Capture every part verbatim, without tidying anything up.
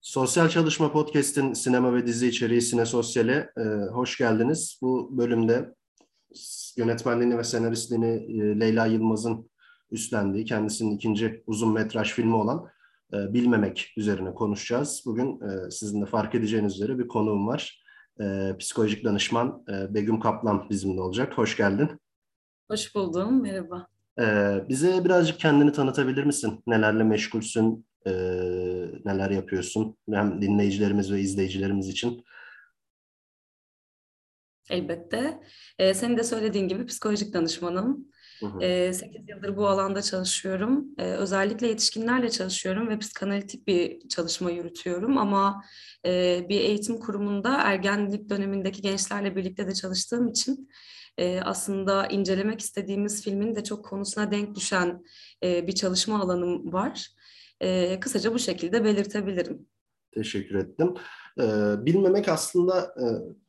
Sosyal Çalışma Podcast'in sinema ve dizi içeriği Sine Sosyal'e e, hoş geldiniz. Bu bölümde yönetmenliğini ve senaristliğini e, Leyla Yılmaz'ın üstlendiği, kendisinin ikinci uzun metraj filmi olan e, Bilmemek üzerine konuşacağız. Bugün e, sizin de fark edeceğiniz üzere bir konuğum var. E, psikolojik danışman e, Begüm Kaplan bizimle olacak. Hoş geldin. Hoş buldum. Merhaba. E, bize birazcık kendini tanıtabilir misin? Nelerle meşgulsün? E, neler yapıyorsun? Hem dinleyicilerimiz ve izleyicilerimiz için. Elbette. Ee, senin de söylediğin gibi psikolojik danışmanım. Hı hı. Ee, sekiz yıldır bu alanda çalışıyorum. Ee, özellikle yetişkinlerle çalışıyorum ve psikanalitik bir çalışma yürütüyorum. Ama e, bir eğitim kurumunda ergenlik dönemindeki gençlerle birlikte de çalıştığım için e, aslında incelemek istediğimiz filmin de çok konusuna denk düşen e, bir çalışma alanım var. E, kısaca bu şekilde belirtebilirim. Teşekkür ettim. Ee, bilmemek aslında e,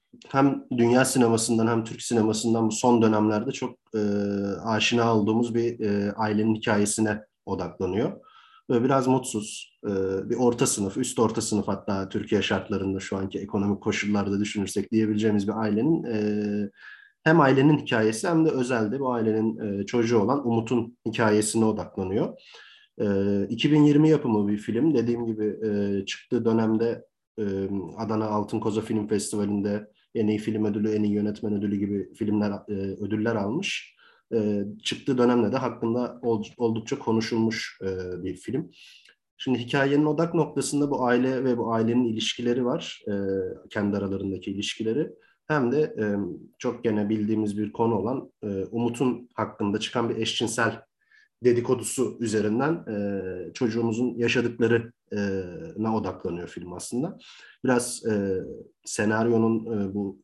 hem dünya sinemasından hem Türk sinemasından bu son dönemlerde çok e, aşina olduğumuz bir e, ailenin hikayesine odaklanıyor. Ve biraz mutsuz, e, bir orta sınıf, üst orta sınıf hatta Türkiye şartlarında şu anki ekonomik koşullarda düşünürsek diyebileceğimiz bir ailenin e, hem ailenin hikayesi hem de özelde bu ailenin e, çocuğu olan Umut'un hikayesine odaklanıyor. E, iki bin yirmi yapımı bir film. Dediğim gibi e, çıktığı dönemde e, Adana Altın Koza Film Festivali'nde en iyi film ödülü, en iyi yönetmen ödülü gibi filmler e, ödüller almış. E, çıktığı dönemde de hakkında ol, oldukça konuşulmuş e, bir film. Şimdi hikayenin odak noktasında bu aile ve bu ailenin ilişkileri var. E, kendi aralarındaki ilişkileri. Hem de e, çok gene bildiğimiz bir konu olan e, Umut'un hakkında çıkan bir eşcinsel dedikodusu üzerinden e, çocuğumuzun yaşadıklarına odaklanıyor film aslında. Biraz e, senaryonun e, bu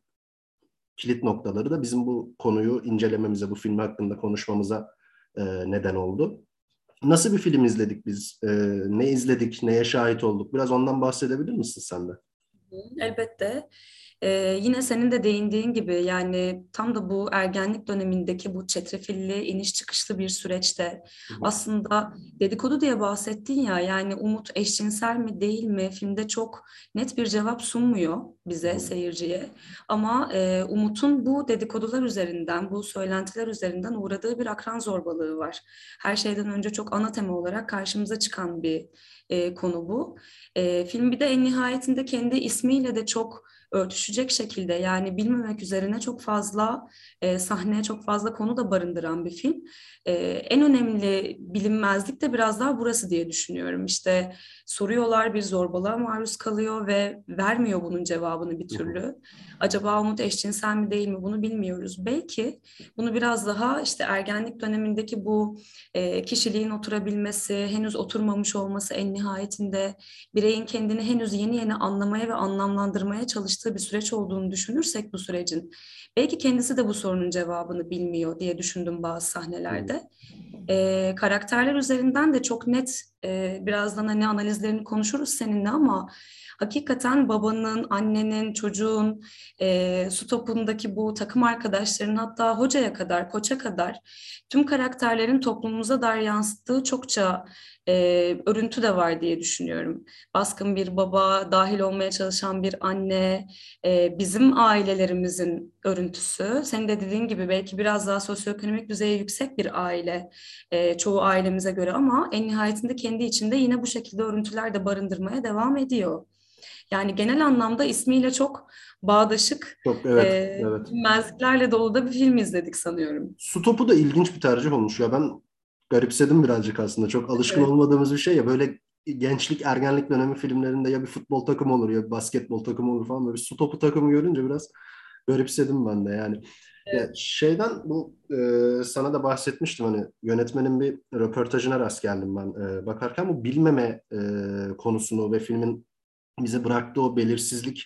kilit noktaları da bizim bu konuyu incelememize, bu film hakkında konuşmamıza e, neden oldu. Nasıl bir film izledik biz? E, ne izledik, neye şahit olduk? Biraz ondan bahsedebilir misin sen de? Elbette. Ee, yine senin de değindiğin gibi yani tam da bu ergenlik dönemindeki bu çetrefilli iniş çıkışlı bir süreçte Hı hı. aslında dedikodu diye bahsettin ya yani Umut eşcinsel mi değil mi filmde çok net bir cevap sunmuyor Hı bize hı. seyirciye ama e, Umut'un bu dedikodular üzerinden bu söylentiler üzerinden uğradığı bir akran zorbalığı var. Her şeyden önce çok ana tema olarak karşımıza çıkan bir e, konu bu. E, film bir de en nihayetinde kendi ismiyle de çok örtüşecek şekilde yani bilmemek üzerine çok fazla e, sahne, çok fazla konu da barındıran bir film. E, en önemli bilinmezlik de biraz daha burası diye düşünüyorum. İşte soruyorlar bir zorbalığa maruz kalıyor ve vermiyor bunun cevabını bir Hı hı. türlü. Acaba Umut eşcinsel mi değil mi bunu bilmiyoruz. Belki bunu biraz daha işte ergenlik dönemindeki bu e, kişiliğin oturabilmesi, henüz oturmamış olması en nihayetinde bireyin kendini henüz yeni yeni anlamaya ve anlamlandırmaya çalıştığı bir süreç olduğunu düşünürsek bu sürecin, belki kendisi de bu sorunun cevabını bilmiyor diye düşündüm bazı Hı hı. sahnelerde. Ee, karakterler üzerinden de çok net, e, birazdan hani analizlerini konuşuruz seninle ama hakikaten babanın, annenin, çocuğun, e, su topundaki bu takım arkadaşlarının hatta hocaya kadar, koça kadar tüm karakterlerin toplumumuza dair yansıttığı çokça e, örüntü de var diye düşünüyorum. Baskın bir baba, dahil olmaya çalışan bir anne, e, bizim ailelerimizin örüntüsü. Senin de dediğin gibi belki biraz daha sosyoekonomik düzeye yüksek bir aile e, çoğu ailemize göre ama en nihayetinde kendi içinde yine bu şekilde örüntüler de barındırmaya devam ediyor. Yani genel anlamda ismiyle çok bağdaşık, Çok evet, e, evet. bilinmezliklerle dolu da bir film izledik sanıyorum. Su topu da ilginç bir tercih olmuş ya. Ben garipsedim birazcık aslında. Çok alışkın Evet. olmadığımız bir şey ya. Böyle gençlik, ergenlik dönemi filmlerinde ya bir futbol takımı olur ya bir basketbol takımı olur falan. Böyle bir su topu takımı görünce biraz garipsedim ben de yani. Ya Evet. şeyden bu e, sana da bahsetmiştim hani yönetmenin bir röportajına rast geldim ben e, bakarken bu bilmeme e, konusunu ve filmin bize bıraktığı o belirsizlik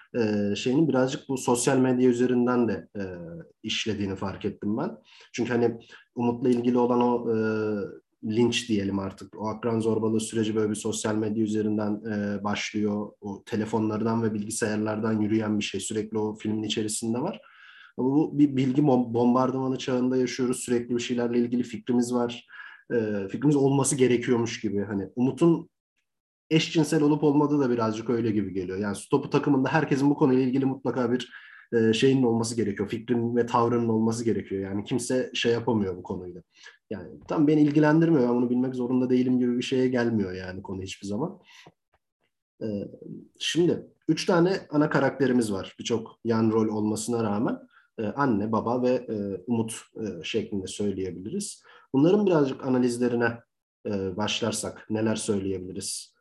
e, şeyinin birazcık bu sosyal medya üzerinden de e, işlediğini fark ettim ben. Çünkü hani Umut'la ilgili olan o e, linç diyelim artık. O akran zorbalığı süreci böyle bir sosyal medya üzerinden e, başlıyor. O telefonlardan ve bilgisayarlardan yürüyen bir şey. Sürekli o filmin içerisinde var. Ama bu bir bilgi bom- bombardımanı çağında yaşıyoruz. Sürekli bir şeylerle ilgili fikrimiz var. E, fikrimiz olması gerekiyormuş gibi. Hani Umut'un eşcinsel olup olmadığı da birazcık öyle gibi geliyor. Yani su topu takımında herkesin bu konuyla ilgili mutlaka bir e, şeyinin olması gerekiyor. Fikrin ve tavrının olması gerekiyor. Yani kimse şey yapamıyor bu konuyla. Yani tam beni ilgilendirmiyor. Ben bunu bilmek zorunda değilim gibi bir şeye gelmiyor yani konu hiçbir zaman. E, Şimdi üç tane ana karakterimiz var. Birçok yan rol olmasına rağmen e, anne, baba ve e, Umut e, şeklinde söyleyebiliriz. Bunların birazcık analizlerine e, başlarsak neler söyleyebiliriz?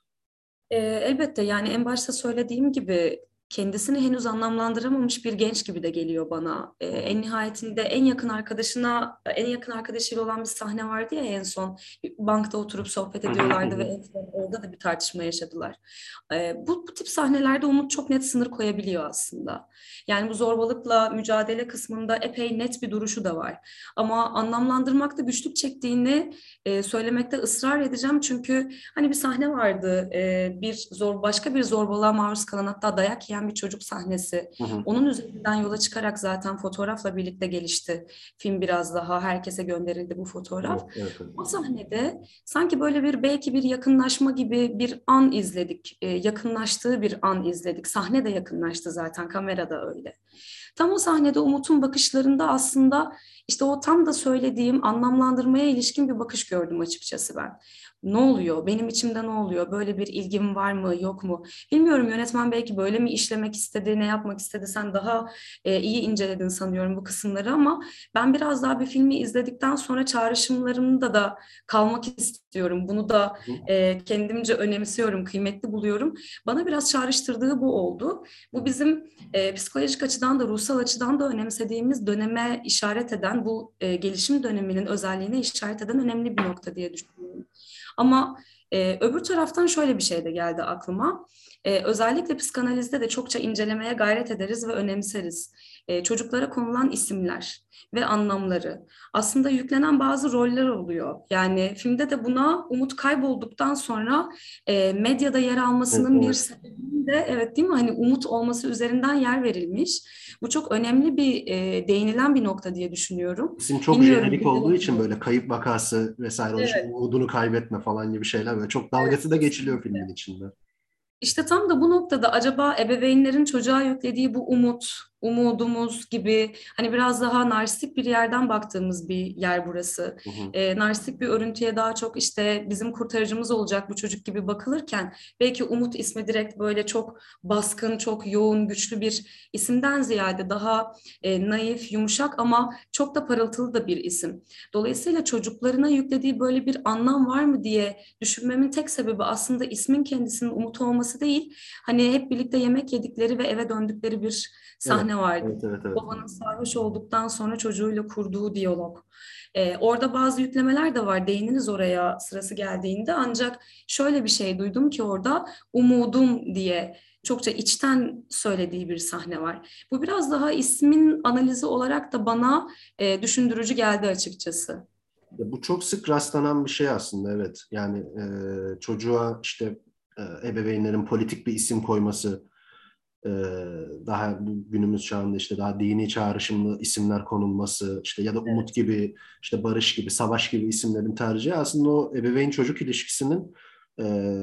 Ee, elbette yani en başta söylediğim gibi kendisini henüz anlamlandıramamış bir genç gibi de geliyor bana. Ee, en nihayetinde en yakın arkadaşına, en yakın arkadaşıyla olan bir sahne vardı ya en son. Bir bankta oturup sohbet ediyorlardı ve en son orada da bir tartışma yaşadılar. Ee, bu, bu tip sahnelerde Umut çok net sınır koyabiliyor aslında. Yani bu zorbalıkla mücadele kısmında epey net bir duruşu da var. Ama anlamlandırmakta güçlük çektiğini e, söylemekte ısrar edeceğim çünkü hani bir sahne vardı, e, bir zor başka bir zorbalığa maruz kalan hatta dayak yiyen bir çocuk sahnesi. Hı hı. Onun üzerinden yola çıkarak zaten fotoğrafla birlikte gelişti. Film biraz daha herkese gönderildi bu fotoğraf. Evet, evet, evet. O sahnede sanki böyle bir belki bir yakınlaşma gibi bir an izledik. E, yakınlaştığı bir an izledik. Sahne de yakınlaştı zaten, kamera da öyle. Tam o sahnede Umut'un bakışlarında aslında işte o tam da söylediğim anlamlandırmaya ilişkin bir bakış gördüm açıkçası ben. Ne oluyor? Benim içimde ne oluyor? Böyle bir ilgim var mı, yok mu? Bilmiyorum, yönetmen belki böyle mi işlemek istedi, ne yapmak istedi? Sen daha e, iyi inceledin sanıyorum bu kısımları ama ben biraz daha bir filmi izledikten sonra çağrışımlarımda da kalmak istiyorum. Bunu da Hı hı. e, kendimce önemsiyorum, kıymetli buluyorum. Bana biraz çağrıştırdığı bu oldu. Hı Bu bizim e, psikolojik açıdan da ruhsal açıdan da önemsediğimiz döneme işaret eden, bu e, gelişim döneminin özelliğine işaret eden önemli bir nokta diye düşünüyorum. Ama e, öbür taraftan şöyle bir şey de geldi aklıma. E, özellikle psikanalizde de çokça incelemeye gayret ederiz ve önemseriz. E, çocuklara konulan isimler ve anlamları. Aslında yüklenen bazı roller oluyor. Yani filmde de buna Umut kaybolduktan sonra e, medyada yer Evet, almasının bir evet. sebebinin de evet değil mi? Hani Umut olması üzerinden yer verilmiş. Bu çok önemli bir e, değinilen bir nokta diye düşünüyorum. İsim çok Bilmiyorum. jenerik olduğu için böyle kayıp vakası vesaire onun için Evet. umudunu kaybetme falan gibi şeyler böyle çok dalgası da geçiliyor filmin içinde. İşte tam da bu noktada acaba ebeveynlerin çocuğa yüklediği bu umut, umudumuz gibi hani biraz daha narsistik bir yerden baktığımız bir yer burası. Hı hı. Ee, narsistik bir örüntüye daha çok işte bizim kurtarıcımız olacak bu çocuk gibi bakılırken belki Umut ismi direkt böyle çok baskın, çok yoğun, güçlü bir isimden ziyade daha e, naif, yumuşak ama çok da parıltılı da bir isim. Dolayısıyla çocuklarına yüklediği böyle bir anlam var mı diye düşünmemin tek sebebi aslında ismin kendisinin Umut olması değil. Hani hep birlikte yemek yedikleri ve eve döndükleri bir Evet. sahne vardı. Evet, evet, evet. Babanın sarhoş olduktan sonra çocuğuyla kurduğu diyalog. Ee, orada bazı yüklemeler de var. Değiniriz oraya sırası geldiğinde. Ancak şöyle bir şey duydum ki orada umudum diye çokça içten söylediği bir sahne var. Bu biraz daha ismin analizi olarak da bana e, düşündürücü geldi açıkçası. Ya bu çok sık rastlanan bir şey aslında, evet. Yani e, çocuğa işte e, ebeveynlerin politik bir isim koyması, e, daha bu günümüz çağında işte daha dini çağrışımlı isimler konulması, işte ya da Umut Evet. gibi, işte Barış gibi, Savaş gibi isimlerin tercihi aslında o ebeveyn çocuk ilişkisinin e,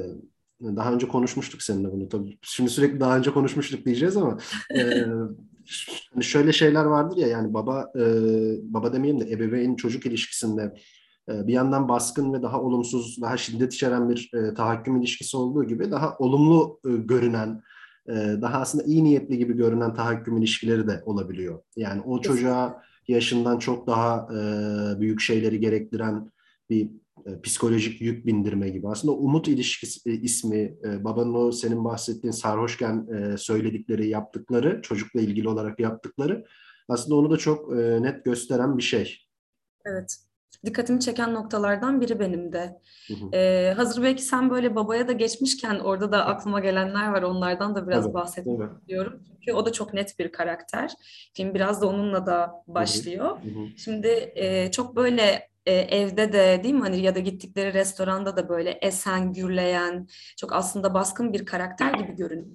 daha önce konuşmuştuk seninle bunu tabii. Şimdi sürekli daha önce konuşmuştuk diyeceğiz ama e, hani şöyle şeyler vardır ya, yani baba e, baba demeyeyim de ebeveyn çocuk ilişkisinde e, bir yandan baskın ve daha olumsuz, daha şiddet içeren bir e, tahakküm ilişkisi olduğu gibi daha olumlu e, görünen, e, daha aslında iyi niyetli gibi görünen tahakküm ilişkileri de olabiliyor. Yani o Kesinlikle. çocuğa yaşından çok daha e, büyük şeyleri gerektiren bir e, psikolojik yük bindirme gibi. Aslında umut ilişkisi e, ismi, e, babanın o senin bahsettiğin sarhoşken e, söyledikleri, yaptıkları, çocukla ilgili olarak yaptıkları aslında onu da çok e, net gösteren bir şey. Evet. Dikkatimi çeken noktalardan biri benim de. Hı hı. Ee, hazır belki sen böyle babaya da geçmişken orada da aklıma gelenler var. Onlardan da biraz Tabii, bahsetmek tabii. istiyorum. Çünkü o da çok net bir karakter. Film biraz da onunla da Hı hı, başlıyor. hı hı. Şimdi e, çok böyle e, evde de değil mi hani ya da gittikleri restoranda da böyle esen, gürleyen, çok aslında baskın bir karakter gibi görünüyor.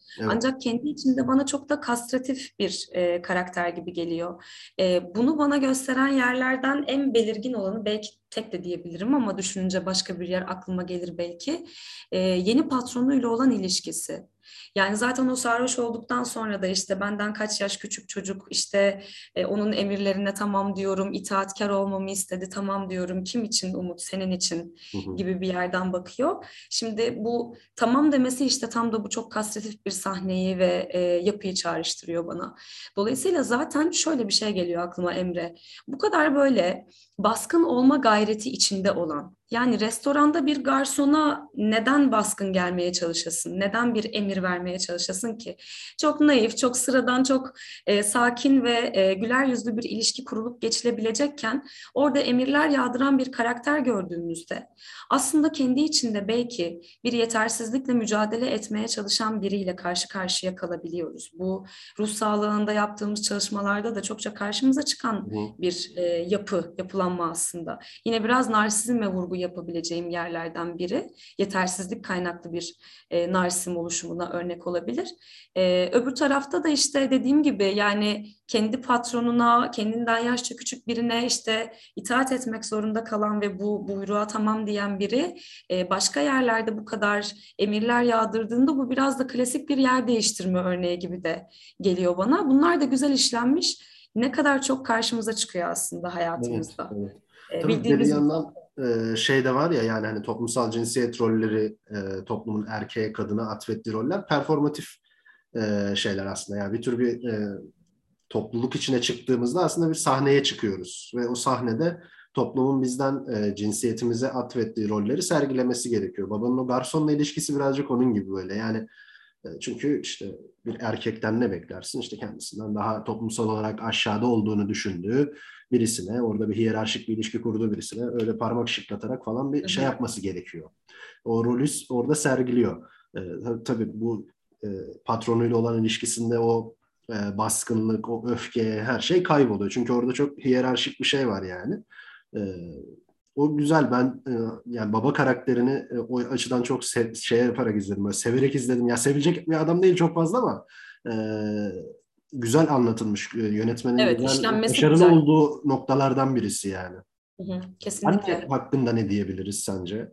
Evet. Ancak kendi içinde bana çok da kastratif bir e, karakter gibi geliyor. E, bunu bana gösteren yerlerden en belirgin olanı, belki tek de diyebilirim ama düşününce başka bir yer aklıma gelir belki, e, yeni patronuyla olan ilişkisi. Yani zaten o sarhoş olduktan sonra da işte benden kaç yaş küçük çocuk, işte e, onun emirlerine tamam diyorum, itaatkar olmamı istedi, tamam diyorum, kim için Umut, senin için Hı hı. gibi bir yerden bakıyor. Şimdi bu tamam demesi işte tam da bu çok kastratif bir sahneyi ve e, yapıyı çağrıştırıyor bana. Dolayısıyla zaten şöyle bir şey geliyor aklıma Emre. Bu kadar böyle baskın olma gayreti içinde olan, yani restoranda bir garsona neden baskın gelmeye çalışasın? Neden bir emir vermeye çalışasın ki? Çok naif, çok sıradan, çok e, sakin ve e, güler yüzlü bir ilişki kurulup geçilebilecekken orada emirler yağdıran bir karakter gördüğümüzde aslında kendi içinde belki bir yetersizlikle mücadele etmeye çalışan biriyle karşı karşıya kalabiliyoruz. Bu ruh sağlığında yaptığımız çalışmalarda da çokça karşımıza çıkan Hı hı. bir e, yapı, yapılanma aslında. Yine biraz narsizme vurgu yapabileceğim yerlerden biri. Yetersizlik kaynaklı bir e, narsizm oluşumuna örnek olabilir. E, öbür tarafta da işte dediğim gibi, yani kendi patronuna, kendinden yaşça küçük birine işte itaat etmek zorunda kalan ve bu buyruğa tamam diyen biri e, başka yerlerde bu kadar emirler yağdırdığında bu biraz da klasik bir yer değiştirme örneği gibi de geliyor bana. Bunlar da güzel işlenmiş. Ne kadar çok karşımıza çıkıyor aslında Evet, hayatımızda. evet. E, Tabii bir de bir bildiğimiz gibi. yandan e, şey de var ya, yani hani toplumsal cinsiyet rolleri, e, toplumun erkeğe kadına atfettiği roller performatif e, şeyler aslında. Yani bir tür bir e, topluluk içine çıktığımızda aslında bir sahneye çıkıyoruz ve o sahnede toplumun bizden e, cinsiyetimize atfettiği rolleri sergilemesi gerekiyor. Babanın o garsonla ilişkisi birazcık onun gibi böyle. Yani e, çünkü işte bir erkekten ne beklersin? İşte kendisinden daha toplumsal olarak aşağıda olduğunu düşündüğü birisine, orada bir hiyerarşik bir ilişki kurduğu birisine öyle parmak şıklatarak falan bir Hı şey hı. yapması gerekiyor. O rolü orada sergiliyor. E, tabii bu e, patronuyla olan ilişkisinde o e, baskınlık, o öfke, her şey kayboluyor. Çünkü orada çok hiyerarşik bir şey var yani. E, O güzel. Ben e, yani baba karakterini e, o açıdan çok sev- şey yaparak izledim. Böyle severek izledim. Ya sevilecek bir adam değil çok fazla ama e, güzel anlatılmış. E, Yönetmenin Evet, güzel, işlenmesi başarılı güzel. olduğu noktalardan birisi yani. Hı hı, Anne kesinlikle. hakkında ne diyebiliriz sence?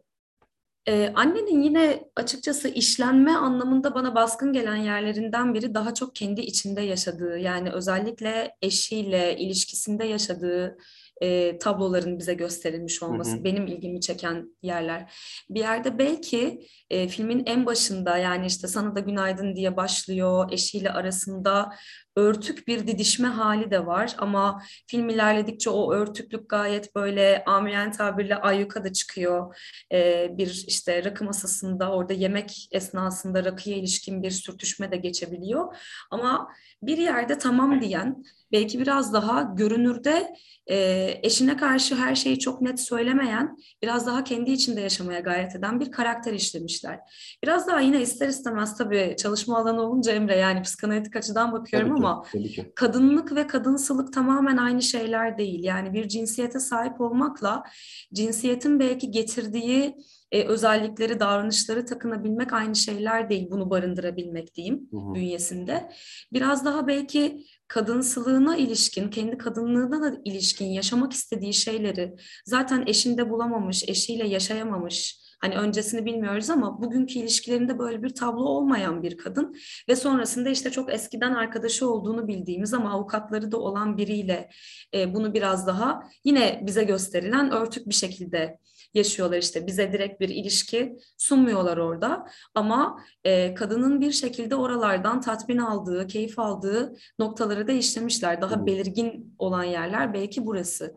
Ee, annenin yine açıkçası işlenme anlamında bana baskın gelen yerlerinden biri daha çok kendi içinde yaşadığı, yani özellikle eşiyle ilişkisinde yaşadığı e, tabloların bize gösterilmiş Hı olması hı. benim ilgimi çeken yerler. Bir yerde belki e, filmin en başında, yani işte sana da günaydın diye başlıyor, eşiyle arasında örtük bir didişme hali de var ama film ilerledikçe o örtüklük gayet böyle amiyen tabirle ayyuka da çıkıyor. E, bir işte rakı masasında orada yemek esnasında rakıya ilişkin bir sürtüşme de geçebiliyor. Ama bir yerde tamam diyen, belki biraz daha görünürde e, eşine karşı her şeyi çok net söylemeyen, biraz daha kendi içinde yaşamaya gayret eden bir karakter işlemişler. Biraz daha yine ister istemez tabii çalışma alanı olunca Emre, yani psikanalitik açıdan bakıyorum Tabii ki, ama tabii ki. kadınlık ve kadınsılık tamamen aynı şeyler değil. Yani bir cinsiyete sahip olmakla cinsiyetin belki getirdiği e, özellikleri, davranışları takınabilmek aynı şeyler değil. Bunu barındırabilmek diyeyim Hı hı. bünyesinde. Biraz daha belki kadınsılığına ilişkin, kendi kadınlığına da ilişkin yaşamak istediği şeyleri zaten eşinde bulamamış, eşiyle yaşayamamış. Hani öncesini bilmiyoruz ama bugünkü ilişkilerinde böyle bir tablo olmayan bir kadın ve sonrasında işte çok eskiden arkadaşı olduğunu bildiğimiz ama avukatları da olan biriyle e, bunu biraz daha yine bize gösterilen örtük bir şekilde yaşıyorlar. İşte bize direkt bir ilişki sunmuyorlar orada ama e, kadının bir şekilde oralardan tatmin aldığı, keyif aldığı noktaları da işlemişler. Hı Daha hı. belirgin olan yerler belki burası.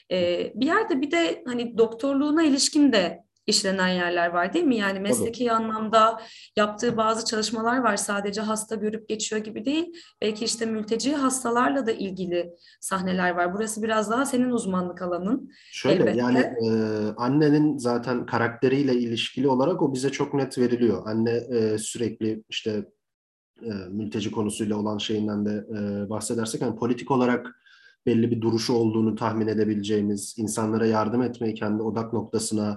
E, bir yerde bir de hani doktorluğuna ilişkin de işlenen yerler var değil mi? Yani Tabii. mesleki anlamda yaptığı bazı çalışmalar var. Sadece hasta görüp geçiyor gibi değil. Belki işte mülteci hastalarla da ilgili sahneler var. Burası biraz daha senin uzmanlık alanın Şöyle yani elbette. e, annenin zaten karakteriyle ilişkili olarak o bize çok net veriliyor. Anne e, sürekli işte e, mülteci konusuyla olan şeyinden de e, bahsedersek, hani politik olarak belli bir duruşu olduğunu tahmin edebileceğimiz, insanlara yardım etmeyi kendi odak noktasına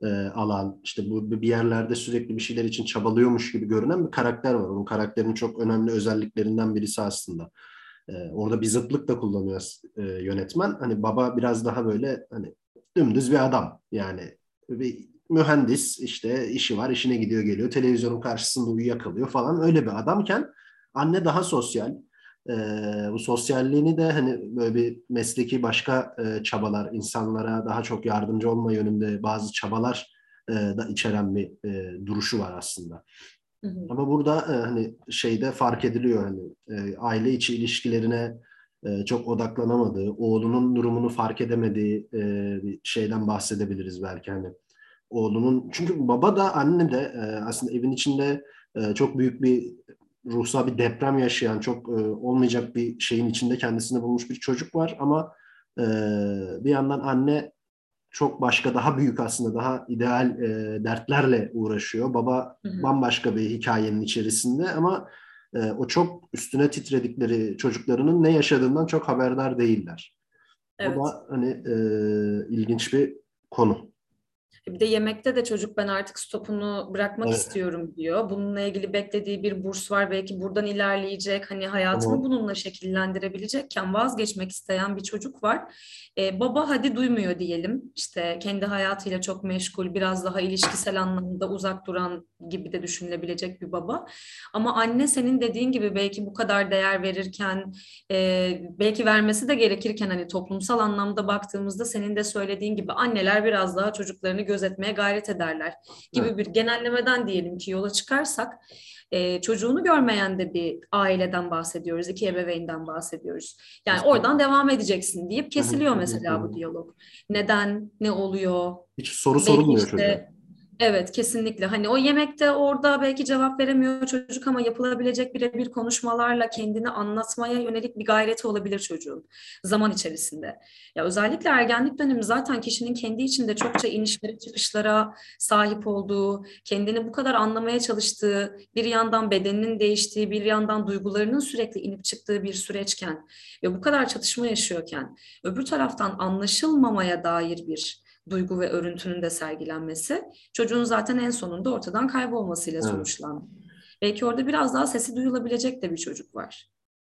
e, alan, işte bu bir yerlerde sürekli bir şeyler için çabalıyormuş gibi görünen bir karakter var. Onun karakterinin çok önemli özelliklerinden birisi aslında. E, orada bir zıtlık da kullanıyor e, yönetmen. Hani baba biraz daha böyle hani dümdüz bir adam. Yani bir mühendis, işte işi var, işine gidiyor geliyor. Televizyonun karşısında uyuyakalıyor falan, öyle bir adamken anne daha sosyal. E, bu sosyalliğini de hani böyle bir mesleki başka e, çabalar, insanlara daha çok yardımcı olma yönünde bazı çabalar e, da içeren bir e, duruşu var aslında. Hı hı. Ama burada e, hani şeyde fark ediliyor, hani e, aile içi ilişkilerine e, çok odaklanamadığı, oğlunun durumunu fark edemediği e, bir şeyden bahsedebiliriz belki, hani oğlunun, çünkü baba da anne de e, aslında evin içinde e, çok büyük bir ruhsal bir deprem yaşayan, çok e, olmayacak bir şeyin içinde kendisini bulmuş bir çocuk var ama e, bir yandan anne çok başka, daha büyük aslında, daha ideal e, dertlerle uğraşıyor. Baba Hı hı. bambaşka bir hikayenin içerisinde ama e, o çok üstüne titredikleri çocuklarının ne yaşadığından çok haberdar değiller. O Evet. da hani e, ilginç bir konu. Bir de yemekte de çocuk ben artık stopunu bırakmak Evet. istiyorum diyor. Bununla ilgili beklediği bir burs var. Belki buradan ilerleyecek. Hani hayatını Ama bununla şekillendirebilecekken vazgeçmek isteyen bir çocuk var. Ee, baba hadi duymuyor diyelim. İşte kendi hayatıyla çok meşgul, biraz daha ilişkisel anlamda uzak duran gibi de düşünülebilecek bir baba. Ama anne senin dediğin gibi belki bu kadar değer verirken, e, belki vermesi de gerekirken hani toplumsal anlamda baktığımızda senin de söylediğin gibi anneler biraz daha çocuklarını gözetmeye gayret ederler evet, gibi bir genellemeden diyelim ki yola çıkarsak e, çocuğunu görmeyen de bir aileden bahsediyoruz, iki ebeveynden bahsediyoruz. Yani oradan kesinlikle. devam edeceksin deyip Hı hı, kesiliyor hı hı, hı mesela bu hı. diyalog. Neden, ne oluyor? Hiç soru Belki sorulmuyor çocuğa. işte evet kesinlikle hani o yemekte orada belki cevap veremiyor çocuk ama yapılabilecek birebir konuşmalarla kendini anlatmaya yönelik bir gayreti olabilir çocuğun zaman içerisinde. Ya özellikle ergenlik dönemi zaten kişinin kendi içinde çokça inişlere çıkışlara sahip olduğu, kendini bu kadar anlamaya çalıştığı, bir yandan bedeninin değiştiği, bir yandan duygularının sürekli inip çıktığı bir süreçken ve bu kadar çatışma yaşıyorken öbür taraftan anlaşılmamaya dair bir duygu ve örüntünün de sergilenmesi çocuğun zaten en sonunda ortadan kaybolmasıyla Evet. sonuçlandı. Belki orada biraz daha sesi duyulabilecek de bir çocuk var.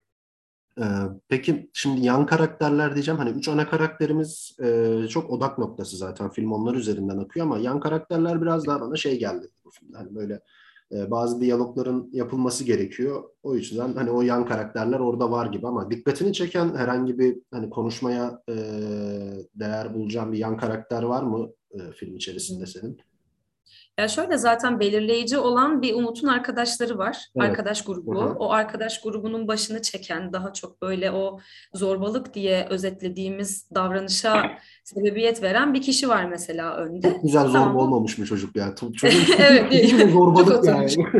Ee, peki şimdi yan karakterler diyeceğim. Hani üç ana karakterimiz e, çok odak noktası zaten. Film onlar üzerinden akıyor ama yan karakterler biraz daha bana şey geldi bu filmde. Hani böyle e, bazı diyalogların yapılması gerekiyor. O yüzden hani o yan karakterler orada var gibi ama dikkatini çeken herhangi bir hani konuşmaya e, değer bulacağın bir yan karakter var mı e, film içerisinde senin? Ya şöyle zaten belirleyici olan bir Umut'un arkadaşları var. Evet. Arkadaş Hı grubu. hı. O arkadaş grubunun başını çeken daha çok böyle o zorbalık diye özetlediğimiz davranışa sebebiyet veren bir kişi var mesela önde. Çok güzel zorba Tamam bu olmamış mı çocuk ya? Çocuğun tipi, evet tipi bile çok zorbalık oturmuş. yani.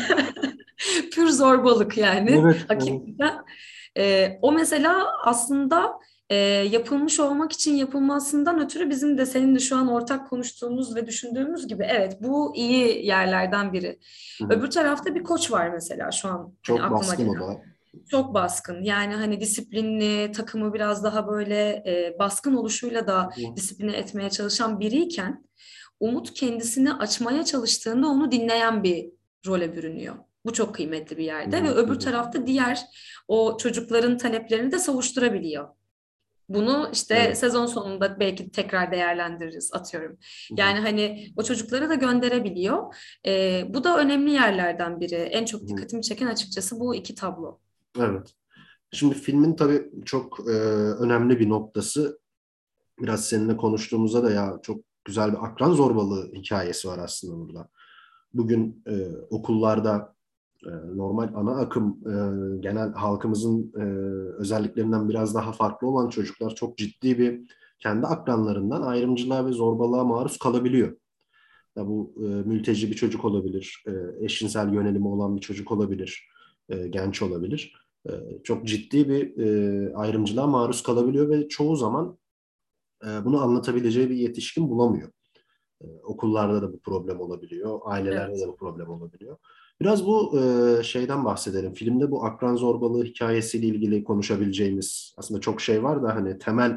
Pür zorbalık yani Evet, evet. hakikaten. Ee, o mesela aslında e, yapılmış olmak için yapılmasından ötürü bizim de senin de şu an ortak konuştuğumuz ve düşündüğümüz gibi evet bu iyi yerlerden biri. Hı hı. Öbür tarafta bir koç var mesela şu an hani Çok aklıma baskın gelen. o da. Çok baskın yani hani disiplinli takımı biraz daha böyle e, baskın oluşuyla da Hı hı. disipline etmeye çalışan biriyken Umut kendisini açmaya çalıştığında onu dinleyen bir role bürünüyor. Bu çok kıymetli bir Hı yerde ve hı. Hı öbür hı. tarafta diğer o çocukların taleplerini de savuşturabiliyor. Bunu işte Evet. sezon sonunda belki tekrar değerlendiririz atıyorum. Hı hı. Yani hani o çocukları da gönderebiliyor. Ee, bu da önemli yerlerden biri. En Hı çok hı. dikkatimi çeken açıkçası bu iki tablo. Evet. Şimdi filmin tabii çok e, önemli bir noktası. Biraz seninle konuştuğumuzda da ya çok güzel bir akran zorbalığı hikayesi var aslında burada. Bugün e, okullarda e, normal ana akım e, genel halkımızın e, özelliklerinden biraz daha farklı olan çocuklar çok ciddi bir kendi akranlarından ayrımcılığa ve zorbalığa maruz kalabiliyor. Ya bu e, mülteci bir çocuk olabilir, e, eşcinsel yönelimi olan bir çocuk olabilir, e, genç olabilir. E, çok ciddi bir e, ayrımcılığa maruz kalabiliyor ve çoğu zaman e, bunu anlatabileceği bir yetişkin bulamıyor. E, okullarda da bu problem olabiliyor, ailelerde de Evet. bu problem olabiliyor. Biraz bu e, şeyden bahsedelim. Filmde bu akran zorbalığı hikayesiyle ilgili konuşabileceğimiz aslında çok şey var da hani temel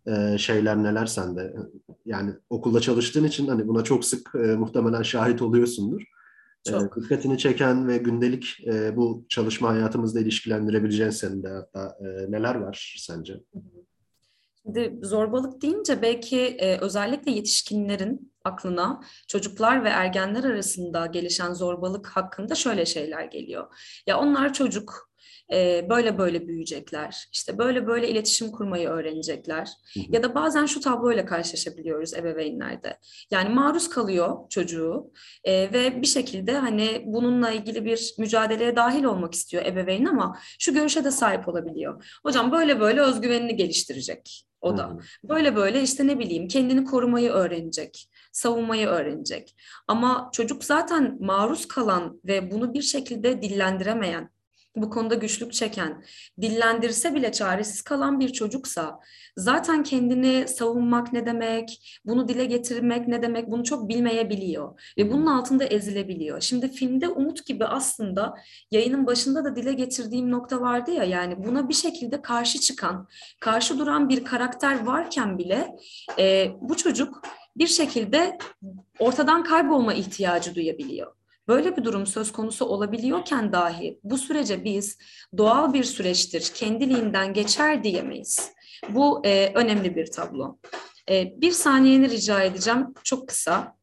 e, şeyler neler sende? Yani okulda çalıştığın için hani buna çok sık e, muhtemelen şahit oluyorsundur. E, Çok. dikkatini çeken ve gündelik e, bu çalışma hayatımızda ilişkilendirebileceğin senin de hatta e, neler var sence? Şimdi zorbalık deyince belki e, özellikle yetişkinlerin aklına çocuklar ve ergenler arasında gelişen zorbalık hakkında şöyle şeyler geliyor. Ya onlar çocuk, e, böyle böyle büyüyecekler, işte böyle böyle iletişim kurmayı öğrenecekler. Hı hı, Ya da bazen şu tabloyla karşılaşabiliyoruz ebeveynlerde. Yani maruz kalıyor çocuğu e, ve bir şekilde hani bununla ilgili bir mücadeleye dahil olmak istiyor ebeveyn ama şu görüşe de sahip olabiliyor. Hocam böyle böyle özgüvenini geliştirecek hı o da. hı, Böyle böyle işte ne bileyim kendini korumayı öğrenecek, savunmayı öğrenecek. Ama çocuk zaten maruz kalan ve bunu bir şekilde dillendiremeyen, bu konuda güçlük çeken, dillendirse bile çaresiz kalan bir çocuksa zaten kendini savunmak ne demek, bunu dile getirmek ne demek bunu çok bilmeyebiliyor hı ve hı, bunun altında ezilebiliyor. Şimdi filmde Umut gibi aslında yayının başında da dile getirdiğim nokta vardı ya yani buna bir şekilde karşı çıkan, karşı duran bir karakter varken bile e, bu çocuk bir şekilde ortadan kaybolma ihtiyacı duyabiliyor. Böyle bir durum söz konusu olabiliyorken dahi bu sürece biz doğal bir süreçtir, kendiliğinden geçer diyemeyiz. Bu e, önemli bir tablo. E, bir saniyeni rica edeceğim, çok kısa.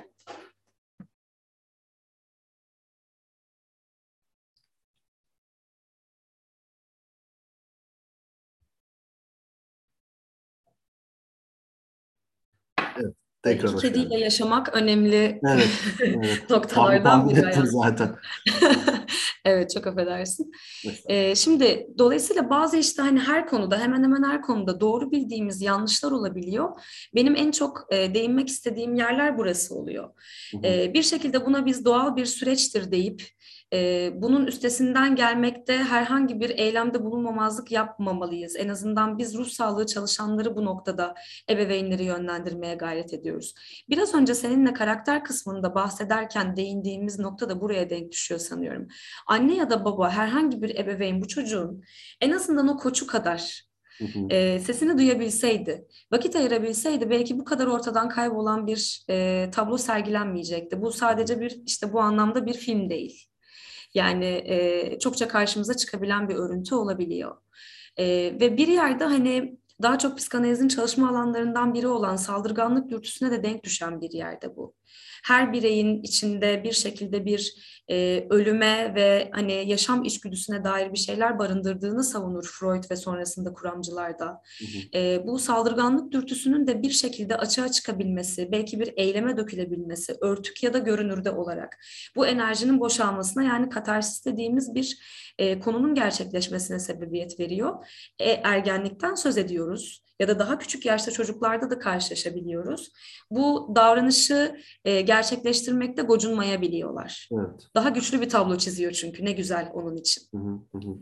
evet, E, tekrar iki hoş kediyle geldin. yaşamak önemli Evet, evet. Tahmin, noktalardan tahmin biri ettim hayatım. zaten. Evet, çok affedersin. Estağfurullah. Ee, şimdi dolayısıyla bazı işte hani her konuda hemen hemen her konuda doğru bildiğimiz yanlışlar olabiliyor. Benim en çok e, değinmek istediğim yerler burası oluyor. Hı hı, E, bir şekilde buna biz doğal bir süreçtir deyip e, bunun üstesinden gelmekte herhangi bir eylemde bulunmamazlık yapmamalıyız. En azından biz ruh sağlığı çalışanları bu noktada ebeveynleri yönlendirmeye gayret ediyoruz. Biraz önce seninle karakter kısmında bahsederken değindiğimiz nokta da buraya denk düşüyor sanıyorum. Anne ya da baba herhangi bir ebeveyn bu çocuğun en azından o koçu kadar hı hı, e, sesini duyabilseydi, vakit ayırabilseydi belki bu kadar ortadan kaybolan bir e, tablo sergilenmeyecekti. Bu hı hı. sadece bir işte bu anlamda bir film değil. Yani e, çokça karşımıza çıkabilen bir örüntü olabiliyor. E, ve bir yerde hani daha çok psikanalizin çalışma alanlarından biri olan saldırganlık dürtüsüne de denk düşen bir yerde bu. Her bireyin içinde bir şekilde bir e, ölüme ve hani yaşam içgüdüsüne dair bir şeyler barındırdığını savunur Freud ve sonrasında kuramcılar da. Hı hı. E, bu saldırganlık dürtüsünün de bir şekilde açığa çıkabilmesi, belki bir eyleme dökülebilmesi, örtük ya da görünürde olarak bu enerjinin boşalmasına yani katarsis dediğimiz bir e, konunun gerçekleşmesine sebebiyet veriyor. E, ergenlikten söz ediyoruz ya da daha küçük yaşta çocuklarda da karşılaşabiliyoruz. Bu davranışı e, gerçekleştirmekte gocunmayabiliyorlar. Evet. Daha güçlü bir tablo çiziyor çünkü ne güzel onun için. Hı hı, hı hı.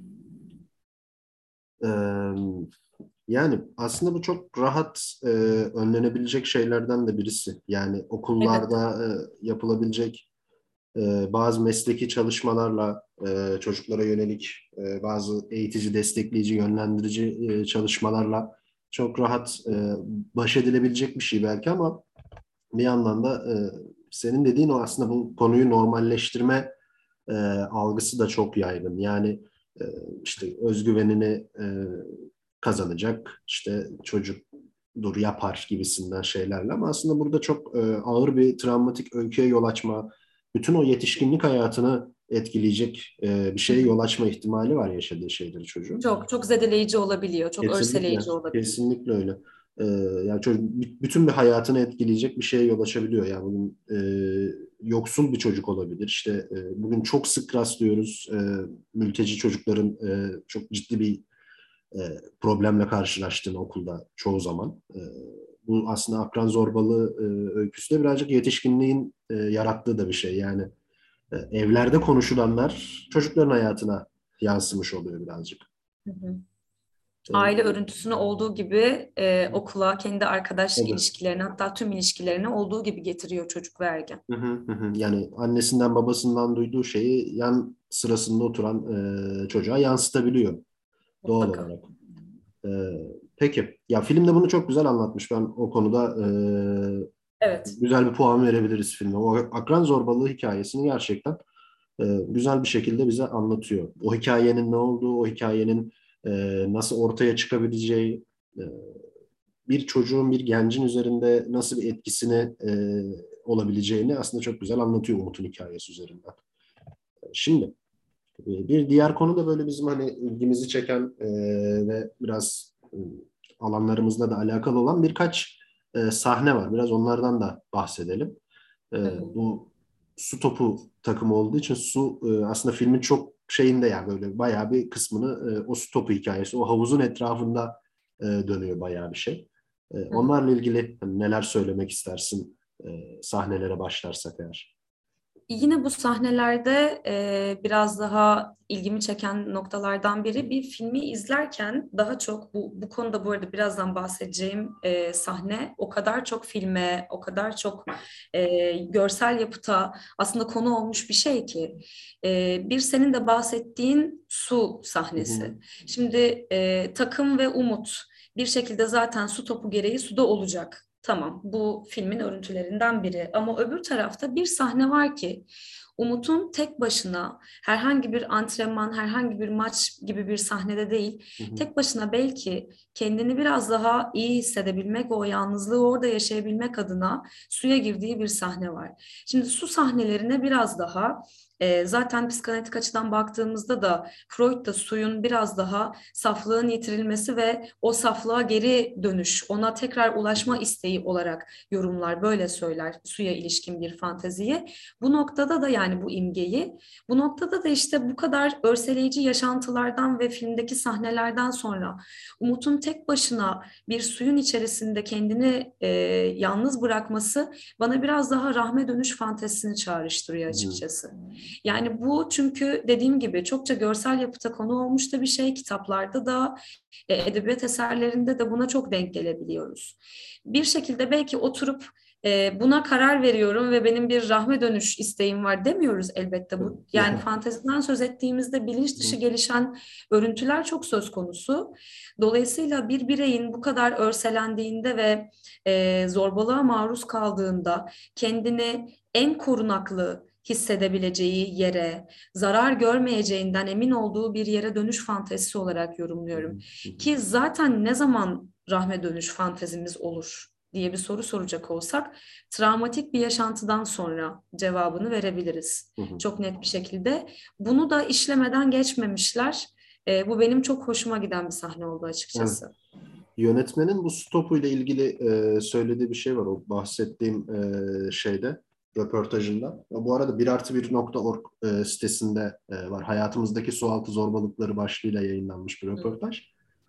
Ee, Yani aslında bu çok rahat e, önlenebilecek şeylerden de birisi. Yani Evet. okullarda e, yapılabilecek e, bazı mesleki çalışmalarla e, çocuklara yönelik e, bazı eğitici, destekleyici, yönlendirici e, çalışmalarla çok rahat e, baş edilebilecek bir şey belki ama bir yandan da e, senin dediğin o aslında bu konuyu normalleştirme e, algısı da çok yaygın. Yani e, işte özgüvenini e, kazanacak, işte çocuk dur yapar gibisinden şeylerle ama aslında burada çok e, ağır bir travmatik öyküye yol açma, bütün o yetişkinlik hayatını etkileyecek e, bir şeye yol açma ihtimali var yaşadığı şeyleri çocuğun. Çok çok zedeleyici olabiliyor, çok Kesinlikle, örseleyici olabiliyor. kesinlikle öyle. Ee, Yani çocuk b- bütün bir hayatını etkileyecek bir şeye yol açabiliyor. Yani bugün e, yoksul bir çocuk olabilir. İşte e, bugün çok sık rastlıyoruz e, mülteci çocukların e, çok ciddi bir e, problemle karşılaştığını okulda çoğu zaman. E, bu aslında akran zorbalığı e, öyküsü de birazcık yetişkinliğin e, yarattığı da bir şey. Yani e, evlerde konuşulanlar çocukların hayatına yansımış oluyor birazcık. Hı hı. E, Aile örüntüsünü olduğu gibi e, okula, kendi arkadaşlık tabii. ilişkilerine hatta tüm ilişkilerine olduğu gibi getiriyor çocuk ve ergen. Hı hı, hı hı. Yani annesinden babasından duyduğu şeyi yan sırasında oturan e, çocuğa yansıtabiliyor doğal Mutlaka. olarak. E, Peki. Ya filmde bunu çok güzel anlatmış. Ben o konuda e, Evet. güzel bir puan verebiliriz filme. O akran zorbalığı hikayesini gerçekten e, güzel bir şekilde bize anlatıyor. O hikayenin ne olduğu, o hikayenin e, nasıl ortaya çıkabileceği, e, bir çocuğun, bir gencin üzerinde nasıl bir etkisini e, olabileceğini aslında çok güzel anlatıyor Umut'un hikayesi üzerinden. Şimdi e, bir diğer konu da böyle bizim hani ilgimizi çeken e, ve biraz e, alanlarımızla da alakalı olan birkaç e, sahne var. Biraz onlardan da bahsedelim. E, Hı hı. bu su topu takımı olduğu için su e, aslında filmin çok şeyinde yani böyle bayağı bir kısmını e, o su topu hikayesi, o havuzun etrafında e, dönüyor bayağı bir şey. E, Hı hı. onlarla ilgili hani neler söylemek istersin e, sahnelere başlarsak eğer? Yine bu sahnelerde e, biraz daha ilgimi çeken noktalardan biri bir filmi izlerken daha çok bu, bu konuda bu arada birazdan bahsedeceğim e, sahne o kadar çok filme, o kadar çok e, görsel yapıta aslında konu olmuş bir şey ki e, bir senin de bahsettiğin su Hı hı, sahnesi. Şimdi e, takım ve Umut bir şekilde zaten su topu gereği suda olacak. Tamam, bu filmin örüntülerinden biri. Ama öbür tarafta bir sahne var ki Umut'un tek başına herhangi bir antrenman, herhangi bir maç gibi bir sahnede değil, hı hı, tek başına belki kendini biraz daha iyi hissedebilmek, o yalnızlığı orada yaşayabilmek adına suya girdiği bir sahne var. Şimdi su sahnelerine biraz daha e, zaten psikanalitik açıdan baktığımızda da Freud da suyun biraz daha saflığın yitirilmesi ve o saflığa geri dönüş, ona tekrar hı ulaşma hı, isteği olarak yorumlar, böyle söyler suya ilişkin bir fanteziyi. Bu noktada da yani bu imgeyi, bu noktada da işte bu kadar örseleyici yaşantılardan ve filmdeki sahnelerden sonra Umut'un tek başına bir suyun içerisinde kendini e, yalnız bırakması bana biraz daha rahme dönüş fantezisini çağrıştırıyor hı hı, açıkçası. Yani bu çünkü dediğim gibi çokça görsel yapıta konu olmuş da bir şey, kitaplarda da e, edebiyat eserlerinde de buna çok denk gelebiliyoruz. Bir şekilde belki oturup e, buna karar veriyorum ve benim bir rahme dönüş isteğim var demiyoruz elbette. Bu yani fanteziden söz ettiğimizde bilinç dışı gelişen örüntüler çok söz konusu. Dolayısıyla bir bireyin bu kadar örselendiğinde ve e, zorbalığa maruz kaldığında kendini en korunaklı hissedebileceği yere, zarar görmeyeceğinden emin olduğu bir yere dönüş fantezisi olarak hı yorumluyorum. hı, Ki zaten ne zaman rahme dönüş fantezimiz olur diye bir soru soracak olsak, travmatik bir yaşantıdan sonra cevabını verebiliriz. hı hı. Çok net bir şekilde. Bunu da işlemeden geçmemişler. E, bu benim çok hoşuma giden bir sahne oldu Evet. açıkçası. Yönetmenin bu stopu ile ilgili e, söylediği bir şey var o bahsettiğim e, şeyde röportajında. Ya bu arada bir artı bir nokta org e, sitesinde e, var. Hayatımızdaki sualtı zorbalıkları başlığıyla yayınlanmış bir Hı röportaj.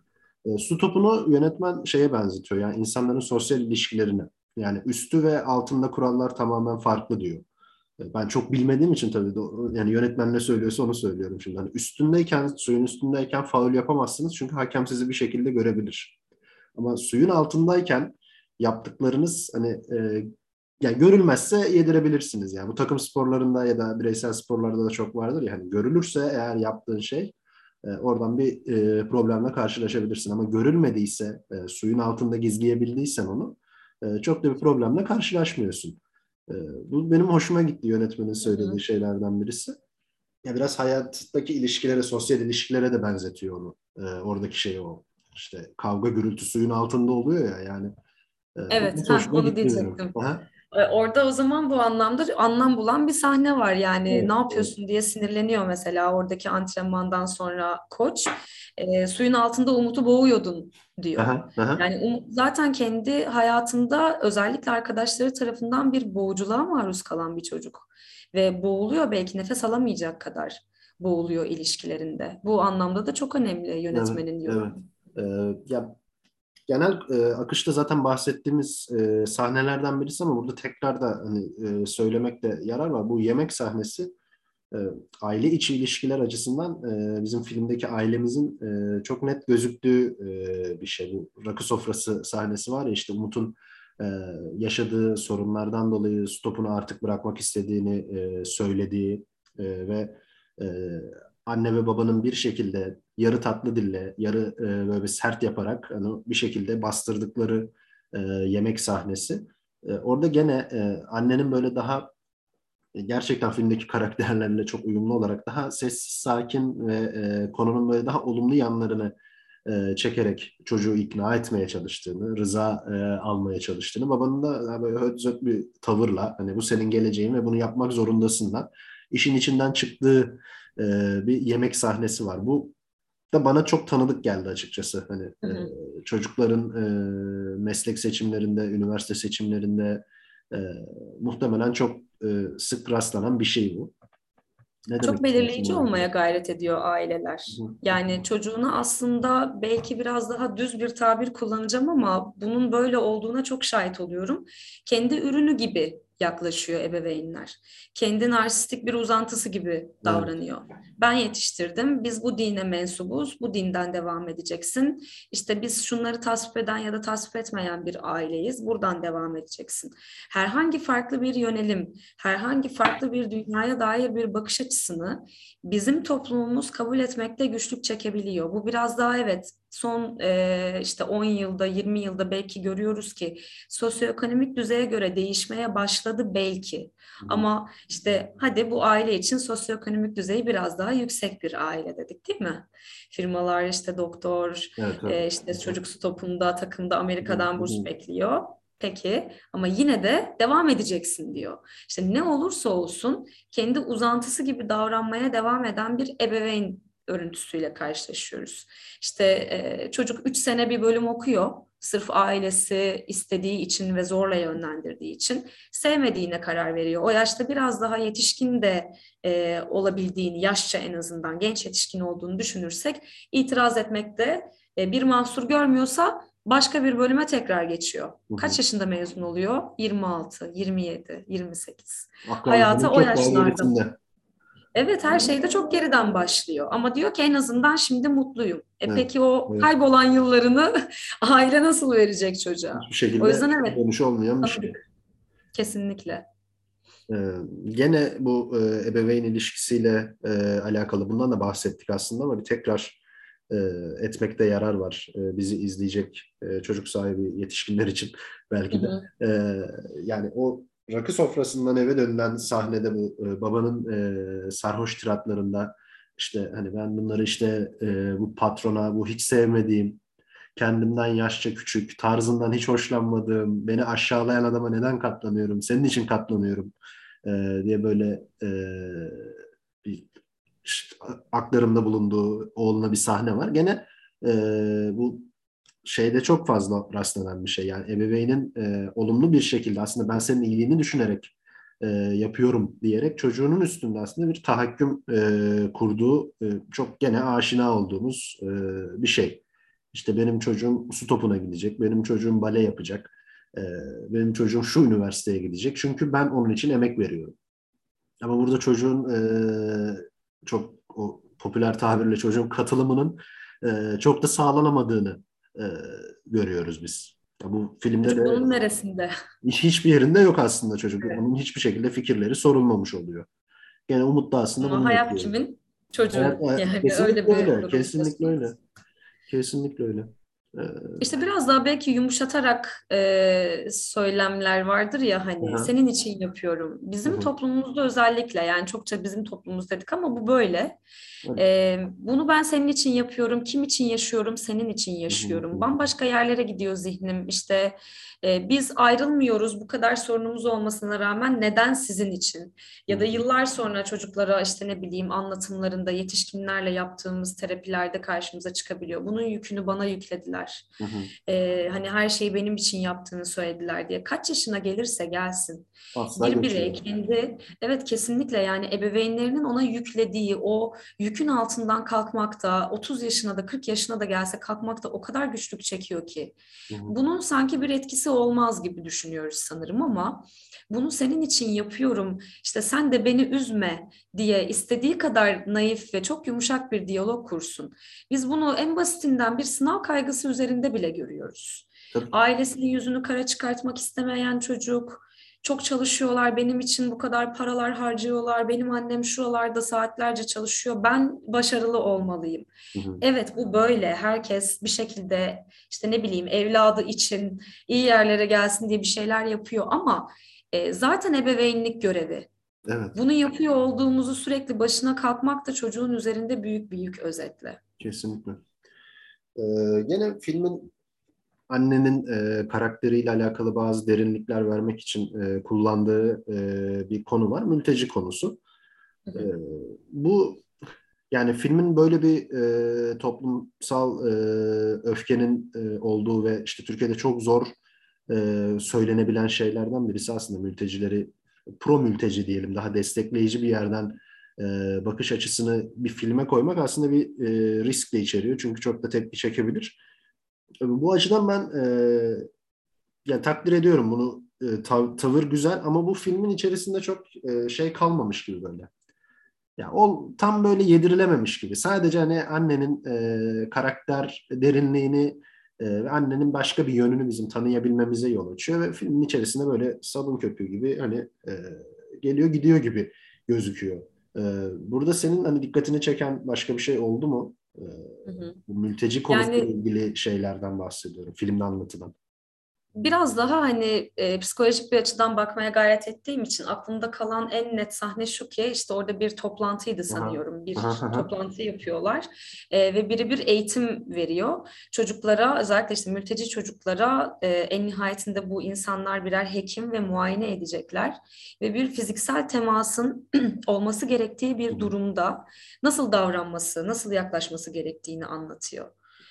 E, su topunu yönetmen şeye benzetiyor. Yani insanların sosyal ilişkilerine. Yani üstü ve altında kurallar tamamen farklı diyor. E, Ben çok bilmediğim için tabii de, yani yönetmen ne söylüyorsa onu söylüyorum şimdi. Hani üstündeyken, suyun üstündeyken faul yapamazsınız çünkü hakem sizi bir şekilde görebilir. Ama suyun altındayken yaptıklarınız hani e, yani görülmezse yedirebilirsiniz. Yani bu takım sporlarında ya da bireysel sporlarda da çok vardır ya hani görülürse eğer yaptığın şey e, oradan bir e, problemle karşılaşabilirsin. Ama görülmediyse e, suyun altında gizleyebildiysen onu e, çok da bir problemle karşılaşmıyorsun. E, bu benim hoşuma gitti yönetmenin söylediği hı. şeylerden birisi. Ya biraz hayattaki ilişkilere, sosyal ilişkilere de benzetiyor onu. E, oradaki şey o. İşte kavga gürültü suyun altında oluyor ya yani. E, bu Evet, çok heh, hoşuma onu gitti benim. diyecektim. Aha. E, Orada o zaman bu anlamda anlam bulan bir sahne var. Yani ne Evet, evet. yapıyorsun diye sinirleniyor mesela oradaki antrenmandan sonra koç. E, suyun altında Umut'u boğuyordun diyor. Aha, aha. Yani Umut zaten kendi hayatında özellikle arkadaşları tarafından bir boğuculuğa maruz kalan bir çocuk. Ve boğuluyor, belki nefes alamayacak kadar boğuluyor ilişkilerinde. Bu anlamda da çok önemli Evet, yönetmenin evet. yorumu. E, ya genel e, akışta zaten bahsettiğimiz e, sahnelerden birisi ama burada tekrar da hani e, söylemekte yarar var. Bu yemek sahnesi e, aile içi ilişkiler açısından e, bizim filmdeki ailemizin e, çok net gözüktüğü e, bir şey. Bu rakı sofrası sahnesi var ya işte Umut'un e, yaşadığı sorunlardan dolayı stopunu artık bırakmak istediğini e, söylediği e, ve e, anne ve babanın bir şekilde yarı tatlı dille, yarı e, böyle bir sert yaparak hani bir şekilde bastırdıkları e, yemek sahnesi. E, orada gene e, annenin böyle daha e, gerçekten filmdeki karakterlerle çok uyumlu olarak daha sessiz, sakin ve e, konunun böyle daha olumlu yanlarını e, çekerek çocuğu ikna etmeye çalıştığını, rıza e, almaya çalıştığını, babanın da daha böyle höt zöt bir tavırla hani bu senin geleceğin ve bunu yapmak zorundasından işin içinden çıktığı e, bir yemek sahnesi var. Bu da bana çok tanıdık geldi açıkçası. Hani Hı e, hı. çocukların e, meslek seçimlerinde, üniversite seçimlerinde e, muhtemelen çok e, sık rastlanan bir şey bu. Ne demek Çok istersin belirleyici bununla olmaya ilgili? gayret ediyor aileler. Yani çocuğuna aslında belki biraz daha düz bir tabir kullanacağım ama bunun böyle olduğuna çok şahit oluyorum. Kendi ürünü gibi yaklaşıyor ebeveynler. Kendi narsistik bir uzantısı gibi Evet. davranıyor. Ben yetiştirdim, biz bu dine mensubuz, bu dinden devam edeceksin. İşte biz şunları tasvip eden ya da tasvip etmeyen bir aileyiz, buradan devam edeceksin. Herhangi farklı bir yönelim, herhangi farklı bir dünyaya dair bir bakış açısını bizim toplumumuz kabul etmekte güçlük çekebiliyor. Bu biraz daha evet son e, işte on yılda yirmi yılda belki görüyoruz ki sosyoekonomik düzeye göre değişmeye başladı belki. Hı hı. Ama işte hadi bu aile için sosyoekonomik düzeyi biraz daha yüksek bir aile dedik değil mi? Firmalar işte doktor, Evet, evet. e, işte çocuk stopunda takımda Hı Amerika'dan burs hı. bekliyor. Peki ama yine de devam edeceksin diyor. İşte ne olursa olsun kendi uzantısı gibi davranmaya devam eden bir ebeveyn örüntüsüyle karşılaşıyoruz. İşte e, çocuk üç sene bir bölüm okuyor. Sırf ailesi istediği için ve zorla yönlendirdiği için sevmediğine karar veriyor. O yaşta biraz daha yetişkin de e, olabildiğini, yaşça en azından genç yetişkin olduğunu düşünürsek itiraz etmekte e, bir mahsur görmüyorsa başka bir bölüme tekrar geçiyor. Hı Kaç hı. yaşında mezun oluyor? yirmi altı, yirmi yedi, yirmi sekiz. Akranlarının Hayata o çok daha yaşlarda. gerisinde. Evet her şeyde çok geriden başlıyor. Ama diyor ki en azından şimdi mutluyum. E Evet. peki o Evet. kaybolan yıllarını aile nasıl verecek çocuğa? Hiçbir O şekilde yüzden evet dönüşü olmayan bir şey. tanıdık. Kesinlikle. Ee, Gene bu e, ebeveyn ilişkisiyle e, alakalı bundan da bahsettik aslında ama bir tekrar e, etmekte yarar var. E, bizi izleyecek e, çocuk sahibi yetişkinler için Hı belki de. hı. E, Yani o rakı sofrasından eve dönülen sahnede bu e, babanın e, sarhoş tiratlarında işte hani ben bunları işte e, bu patrona, bu hiç sevmediğim, kendimden yaşça küçük, tarzından hiç hoşlanmadığım, beni aşağılayan adama neden katlanıyorum, senin için katlanıyorum e, diye böyle e, bir işte, aklarımda bulunduğu oğluna bir sahne var. Gene e, bu şeyde çok fazla rastlanan bir şey. Yani ebeveynin e, olumlu bir şekilde aslında ben senin iyiliğini düşünerek e, yapıyorum diyerek çocuğunun üstünde aslında bir tahakküm e, kurduğu e, çok gene aşina olduğumuz e, bir şey. İşte benim çocuğum su topuna gidecek, benim çocuğum bale yapacak, e, benim çocuğum şu üniversiteye gidecek. Çünkü ben onun için emek veriyorum. Ama burada çocuğun e, çok o popüler tabirle çocuğun katılımının e, çok da sağlanamadığını e, görüyoruz biz. Ya bu filmde Çocuk de bunun neresinde? hiç, hiçbir yerinde yok aslında çocuk. Onun hiçbir şekilde fikirleri sorulmamış oluyor. Gene Umut da aslında Ama bunu hayat yapıyor. kimin? Hayat, Çocuğun. hayat- Yani öyle kesinlikle bir öyle. durum söz Kesinlikle öyle. konusu. Kesinlikle öyle. Ee, İşte biraz daha belki yumuşatarak e, söylemler vardır ya hani aha, senin için yapıyorum. hı Bizim hı, toplumumuzda özellikle yani çokça bizim toplumumuz dedik ama bu böyle. evet. E, bunu ben senin için yapıyorum, kim için yaşıyorum, senin için Hı hı, hı yaşıyorum. hı, Bambaşka yerlere gidiyor zihnim. İşte e, biz ayrılmıyoruz bu kadar sorunumuz olmasına rağmen neden sizin için? hı Ya da hı, yıllar sonra çocuklara işte ne bileyim anlatımlarında yetişkinlerle yaptığımız terapilerde karşımıza çıkabiliyor. Bunun yükünü bana yüklediler. hı hı. Ee, hani her şeyi benim için yaptığını söylediler diye. Kaç yaşına gelirse gelsin. Asla Bir birey geçmiyor. kendi, evet kesinlikle yani ebeveynlerinin ona yüklediği o yükün altından kalkmakta, otuz yaşına da kırk yaşına da gelse kalkmakta o kadar güçlük çekiyor ki. Hı hı, Bunun sanki bir etkisi olmaz gibi düşünüyoruz sanırım ama bunu senin için yapıyorum, işte sen de beni üzme diye istediği kadar naif ve çok yumuşak bir diyalog kursun. Biz bunu en basitinden bir sınav kaygısı üzerinde bile görüyoruz. tabii ki. Ailesinin yüzünü kara çıkartmak istemeyen çocuk, çok çalışıyorlar, benim için bu kadar paralar harcıyorlar, benim annem şuralarda saatlerce çalışıyor, ben başarılı olmalıyım. Hı hı. Evet, bu böyle. Herkes bir şekilde işte ne bileyim evladı için iyi yerlere gelsin diye bir şeyler yapıyor ama e, zaten ebeveynlik görevi. Evet, Bunu yapıyor olduğumuzu sürekli başına kalkmak da çocuğun üzerinde büyük bir yük özetle. kesinlikle. Ee, gene filmin annenin e, karakteriyle alakalı bazı derinlikler vermek için e, kullandığı e, bir konu var. Mülteci konusu. Hı E, hı. bu yani filmin böyle bir e, toplumsal e, öfkenin e, olduğu ve işte Türkiye'de çok zor e, söylenebilen şeylerden birisi aslında mültecileri pro mülteci diyelim daha destekleyici bir yerden e, bakış açısını bir filme koymak aslında bir e, risk de içeriyor. Çünkü çok da tepki çekebilir. Bu açıdan ben e, yani takdir ediyorum bunu. E, tav- tavır güzel ama bu filmin içerisinde çok e, şey kalmamış gibi böyle. Ya o tam böyle yedirilememiş gibi. Sadece hani annenin e, karakter derinliğini e, ve annenin başka bir yönünü bizim tanıyabilmemize yol açıyor ve filmin içerisinde böyle sabun köpüğü gibi hani e, geliyor gidiyor gibi gözüküyor. E, burada senin hani dikkatini çeken başka bir şey oldu mu? E, Hı hı. bu mülteci konusuyla Yani ilgili şeylerden bahsediyorum. Filmde anlatılan. biraz daha hani e, psikolojik bir açıdan bakmaya gayret ettiğim için aklımda kalan en net sahne şu ki işte orada bir toplantıydı Aha, sanıyorum. aha, Bir aha. toplantı yapıyorlar e, ve biri bir eğitim veriyor. Çocuklara özellikle işte mülteci çocuklara e, en nihayetinde bu insanlar birer hekim ve muayene edecekler. Ve bir fiziksel temasın olması gerektiği Hı bir hı. durumda nasıl davranması, nasıl yaklaşması gerektiğini anlatıyor.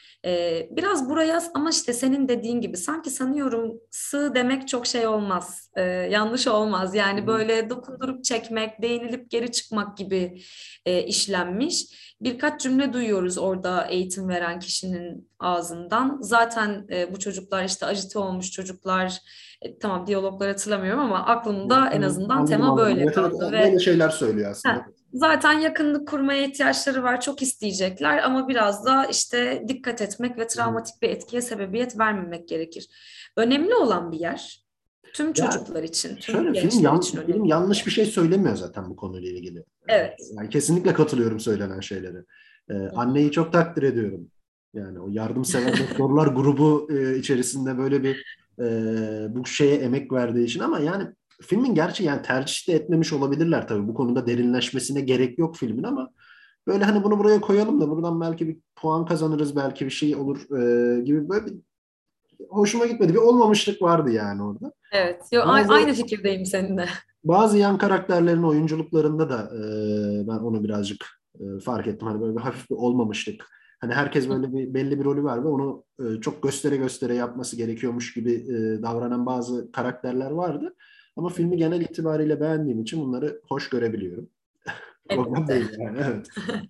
Ee, biraz buraya ama işte senin dediğin gibi sanki sanıyorum sığ demek çok şey olmaz, Ee, yanlış olmaz. Hı Yani hı. böyle dokundurup çekmek, değinilip geri çıkmak gibi e, işlenmiş. Birkaç cümle duyuyoruz orada eğitim veren kişinin ağzından. Zaten e, bu çocuklar işte ajite olmuş çocuklar, e, tamam diyalogları hatırlamıyorum ama Hı aklımda en hı. azından Anladım tema anladım. böyle Evet evet kaldı ve böyle şeyler söylüyor aslında. Ha, zaten yakınlık kurmaya ihtiyaçları var, çok isteyecekler ama biraz da işte dikkat etmek ve Hı hı. travmatik bir etkiye sebebiyet vermemek gerekir. Önemli olan bir yer, tüm Ya çocuklar için, tüm şöyle film gençler için yan, film önemli bir yanlış bir yer. şey söylemiyor zaten bu konuyla ilgili. Ee, Evet. yani kesinlikle katılıyorum söylenen şeylere. Ee, Hı hı. anneyi çok takdir ediyorum. Yani o yardımsever doktorlar grubu e, içerisinde böyle bir e, bu şeye emek verdiği için ama yani filmin gerçi yani tercih de etmemiş olabilirler tabii. Bu konuda derinleşmesine gerek yok filmin ama böyle hani bunu buraya koyalım da buradan belki bir puan kazanırız belki bir şey olur e, gibi böyle bir hoşuma gitmedi. Bir olmamışlık vardı yani orada. Evet. Yo, a- aynı Bazı fikirdeyim seninle. bazı yan karakterlerin oyunculuklarında da e, ben onu birazcık e, fark ettim. Hani böyle bir hafif bir olmamışlık. Hani herkes böyle bir belli bir rolü var ve onu e, çok göstere göstere yapması gerekiyormuş gibi e, davranan bazı karakterler vardı. Ama filmi genel itibariyle beğendiğim için bunları hoş görebiliyorum. Problem Elbette. değil yani evet.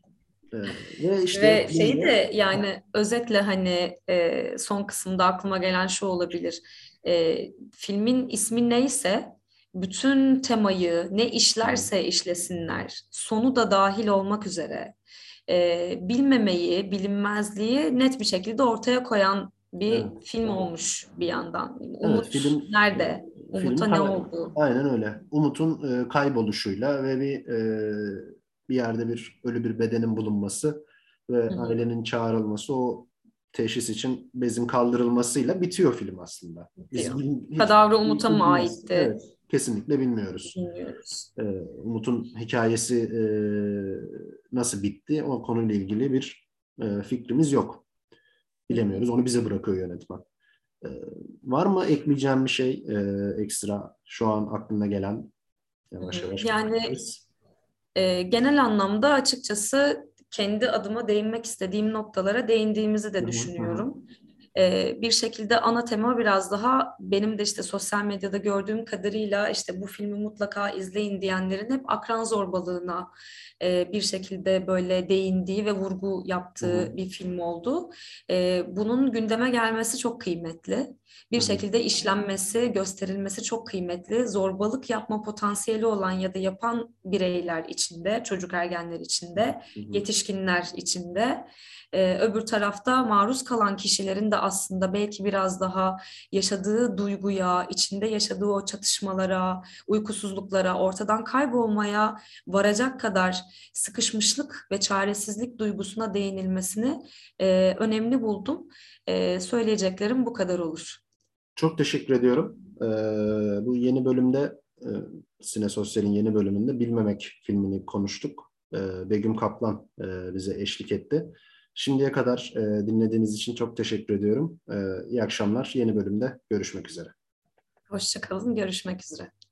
E, ve işte Ve şeyi de yani özetle hani e, son kısımda aklıma gelen şu olabilir. E, filmin ismi neyse bütün temayı ne işlerse işlesinler sonu da dahil olmak üzere e, bilmemeyi, bilinmezliği net bir şekilde ortaya koyan bir evet. film olmuş bir yandan. Evet, Umut film nerede? film Umut'a ne kay- oldu? aynen öyle. Umut'un e, kayboluşuyla ve bir e, bir yerde bir ölü bir bedenin bulunması Hı ve hı. ailenin çağrılması o teşhis için bezin kaldırılmasıyla bitiyor film aslında. Biz Diyor. bil- hiç Kadavra Umut'a mı bilmez. aitti? Evet, kesinlikle bilmiyoruz. Bilmiyoruz. E, Umut'un hikayesi e, nasıl bitti o konuyla ilgili bir e, fikrimiz yok. Hı hı. Bilemiyoruz. Onu bize bırakıyor yönetmen. Ee, var mı ekleyeceğim bir şey e, ekstra şu an aklına gelen Hı yavaş hı. yavaş Yani kapatırız. e, genel anlamda açıkçası kendi adıma değinmek istediğim noktalara değindiğimizi Hı de hı, hı hı, düşünüyorum. E, bir şekilde ana tema biraz daha benim de işte sosyal medyada gördüğüm kadarıyla işte bu filmi mutlaka izleyin diyenlerin hep akran zorbalığına e, bir şekilde böyle değindiği ve vurgu hı hı, yaptığı bir film oldu. E, bunun gündeme gelmesi çok kıymetli. hı Bir hı, şekilde işlenmesi, gösterilmesi çok kıymetli. Zorbalık yapma potansiyeli olan ya da yapan bireyler içinde, çocuk ergenler içinde, hı hı, yetişkinler içinde, e, öbür tarafta maruz kalan kişilerin de aslında belki biraz daha yaşadığı duyguya, içinde yaşadığı o çatışmalara, uykusuzluklara, ortadan kaybolmaya varacak kadar sıkışmışlık ve çaresizlik duygusuna değinilmesini e, önemli buldum. E, söyleyeceklerim bu kadar olur. Çok teşekkür ediyorum. Ee, bu yeni bölümde, e, Sine Sosyal'in yeni bölümünde Bilmemek filmini konuştuk. Ee, Begüm Kaplan e, bize eşlik etti. Şimdiye kadar e, dinlediğiniz için çok teşekkür ediyorum. Ee, iyi akşamlar. Yeni bölümde görüşmek üzere. Hoşça kalın, görüşmek üzere.